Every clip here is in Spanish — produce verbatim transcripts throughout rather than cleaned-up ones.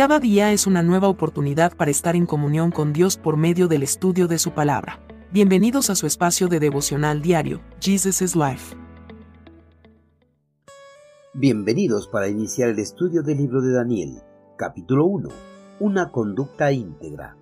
Cada día es una nueva oportunidad para estar en comunión con Dios por medio del estudio de su palabra. Bienvenidos a su espacio de devocional diario, Jesus is Life. Bienvenidos para iniciar el estudio del libro de Daniel, capítulo uno, una conducta íntegra.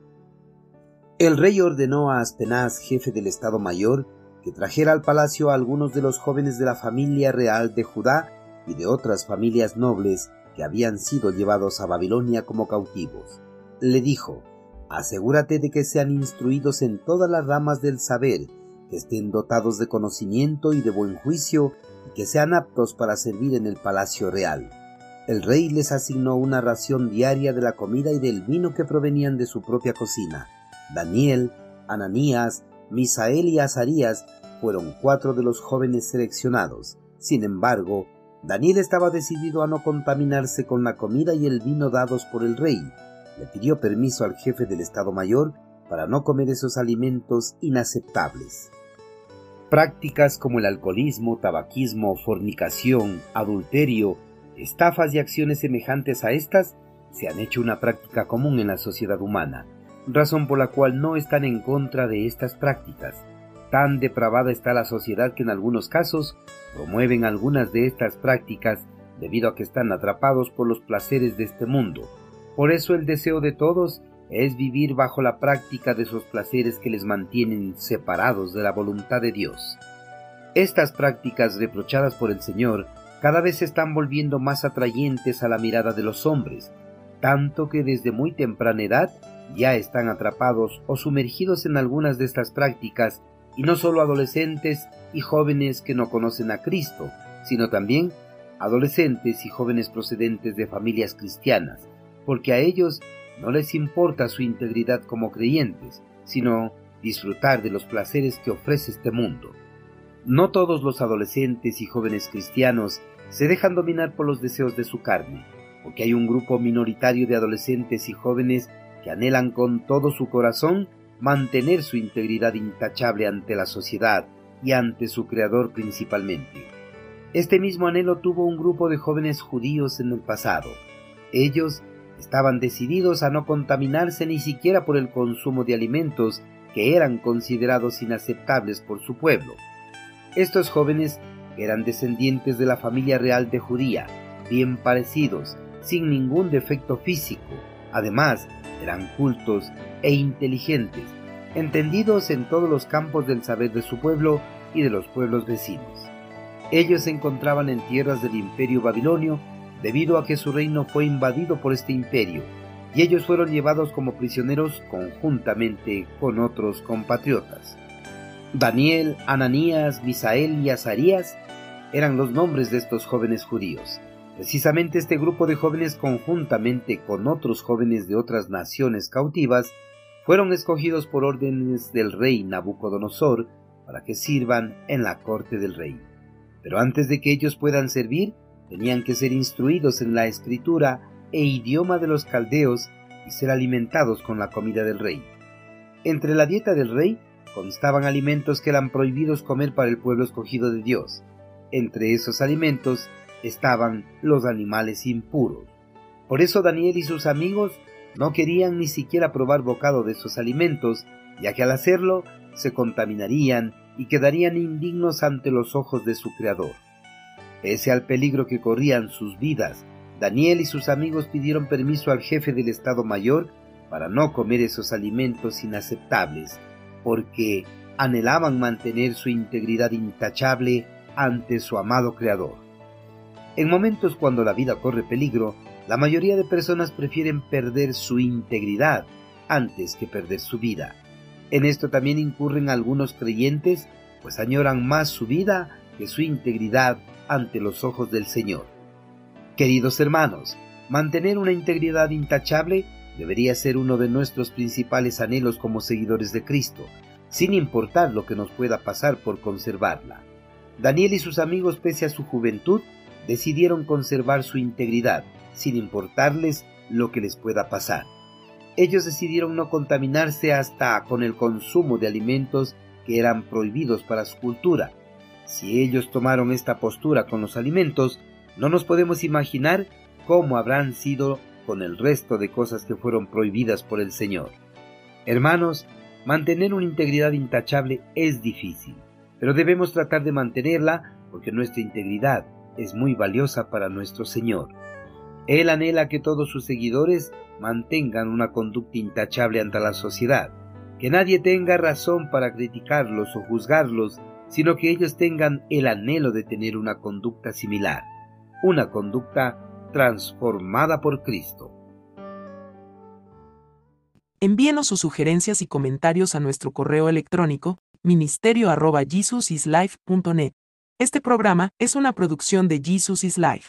El rey ordenó a Aspenaz, jefe del Estado Mayor, que trajera al palacio a algunos de los jóvenes de la familia real de Judá y de otras familias nobles que habían sido llevados a Babilonia como cautivos. Le dijo: asegúrate de que sean instruidos en todas las ramas del saber, que estén dotados de conocimiento y de buen juicio, y que sean aptos para servir en el palacio real. El rey les asignó una ración diaria de la comida y del vino que provenían de su propia cocina. Daniel, Ananías, Misael y Azarías fueron cuatro de los jóvenes seleccionados. Sin embargo, Daniel estaba decidido a no contaminarse con la comida y el vino dados por el rey. Le pidió permiso al jefe del Estado Mayor para no comer esos alimentos inaceptables. Prácticas como el alcoholismo, tabaquismo, fornicación, adulterio, estafas y acciones semejantes a estas se han hecho una práctica común en la sociedad humana, razón por la cual no están en contra de estas prácticas. Tan depravada está la sociedad que en algunos casos promueven algunas de estas prácticas debido a que están atrapados por los placeres de este mundo. Por eso el deseo de todos es vivir bajo la práctica de esos placeres que les mantienen separados de la voluntad de Dios. Estas prácticas reprochadas por el Señor cada vez se están volviendo más atrayentes a la mirada de los hombres, tanto que desde muy temprana edad ya están atrapados o sumergidos en algunas de estas prácticas, y no solo adolescentes y jóvenes que no conocen a Cristo, sino también adolescentes y jóvenes procedentes de familias cristianas, porque a ellos no les importa su integridad como creyentes, sino disfrutar de los placeres que ofrece este mundo. No todos los adolescentes y jóvenes cristianos se dejan dominar por los deseos de su carne, porque hay un grupo minoritario de adolescentes y jóvenes que anhelan con todo su corazón mantener su integridad intachable ante la sociedad y ante su Creador principalmente. Este mismo anhelo tuvo un grupo de jóvenes judíos en el pasado. Ellos estaban decididos a no contaminarse ni siquiera por el consumo de alimentos que eran considerados inaceptables por su pueblo. Estos jóvenes eran descendientes de la familia real de Judía, bien parecidos, sin ningún defecto físico. Además, eran cultos e inteligentes, entendidos en todos los campos del saber de su pueblo y de los pueblos vecinos. Ellos se encontraban en tierras del imperio babilonio debido a que su reino fue invadido por este imperio, y ellos fueron llevados como prisioneros conjuntamente con otros compatriotas. Daniel, Ananías, Misael y Azarías eran los nombres de estos jóvenes judíos. Precisamente este grupo de jóvenes, conjuntamente con otros jóvenes de otras naciones cautivas, fueron escogidos por órdenes del rey Nabucodonosor para que sirvan en la corte del rey. Pero antes de que ellos puedan servir, tenían que ser instruidos en la escritura e idioma de los caldeos y ser alimentados con la comida del rey. Entre la dieta del rey constaban alimentos que eran prohibidos comer para el pueblo escogido de Dios. Entre esos alimentos estaban los animales impuros. Por eso Daniel y sus amigos no querían ni siquiera probar bocado de esos alimentos, ya que al hacerlo se contaminarían y quedarían indignos ante los ojos de su Creador. Pese al peligro que corrían sus vidas, Daniel y sus amigos pidieron permiso al jefe del Estado Mayor para no comer esos alimentos inaceptables, porque anhelaban mantener su integridad intachable ante su amado Creador. En momentos cuando la vida corre peligro, la mayoría de personas prefieren perder su integridad antes que perder su vida. En esto también incurren algunos creyentes, pues añoran más su vida que su integridad ante los ojos del Señor. Queridos hermanos, mantener una integridad intachable debería ser uno de nuestros principales anhelos como seguidores de Cristo, sin importar lo que nos pueda pasar por conservarla. Daniel y sus amigos, pese a su juventud, decidieron conservar su integridad, sin importarles lo que les pueda pasar. Ellos decidieron no contaminarse hasta con el consumo de alimentos que eran prohibidos para su cultura. Si ellos tomaron esta postura con los alimentos, no nos podemos imaginar cómo habrán sido con el resto de cosas que fueron prohibidas por el Señor. Hermanos, mantener una integridad intachable es difícil, pero debemos tratar de mantenerla porque nuestra integridad es muy valiosa para nuestro Señor. Él anhela que todos sus seguidores mantengan una conducta intachable ante la sociedad, que nadie tenga razón para criticarlos o juzgarlos, sino que ellos tengan el anhelo de tener una conducta similar, una conducta transformada por Cristo. Envíenos sus sugerencias y comentarios a nuestro correo electrónico ministerio arroba jesusislife punto net. Este programa es una producción de Jesus is Life.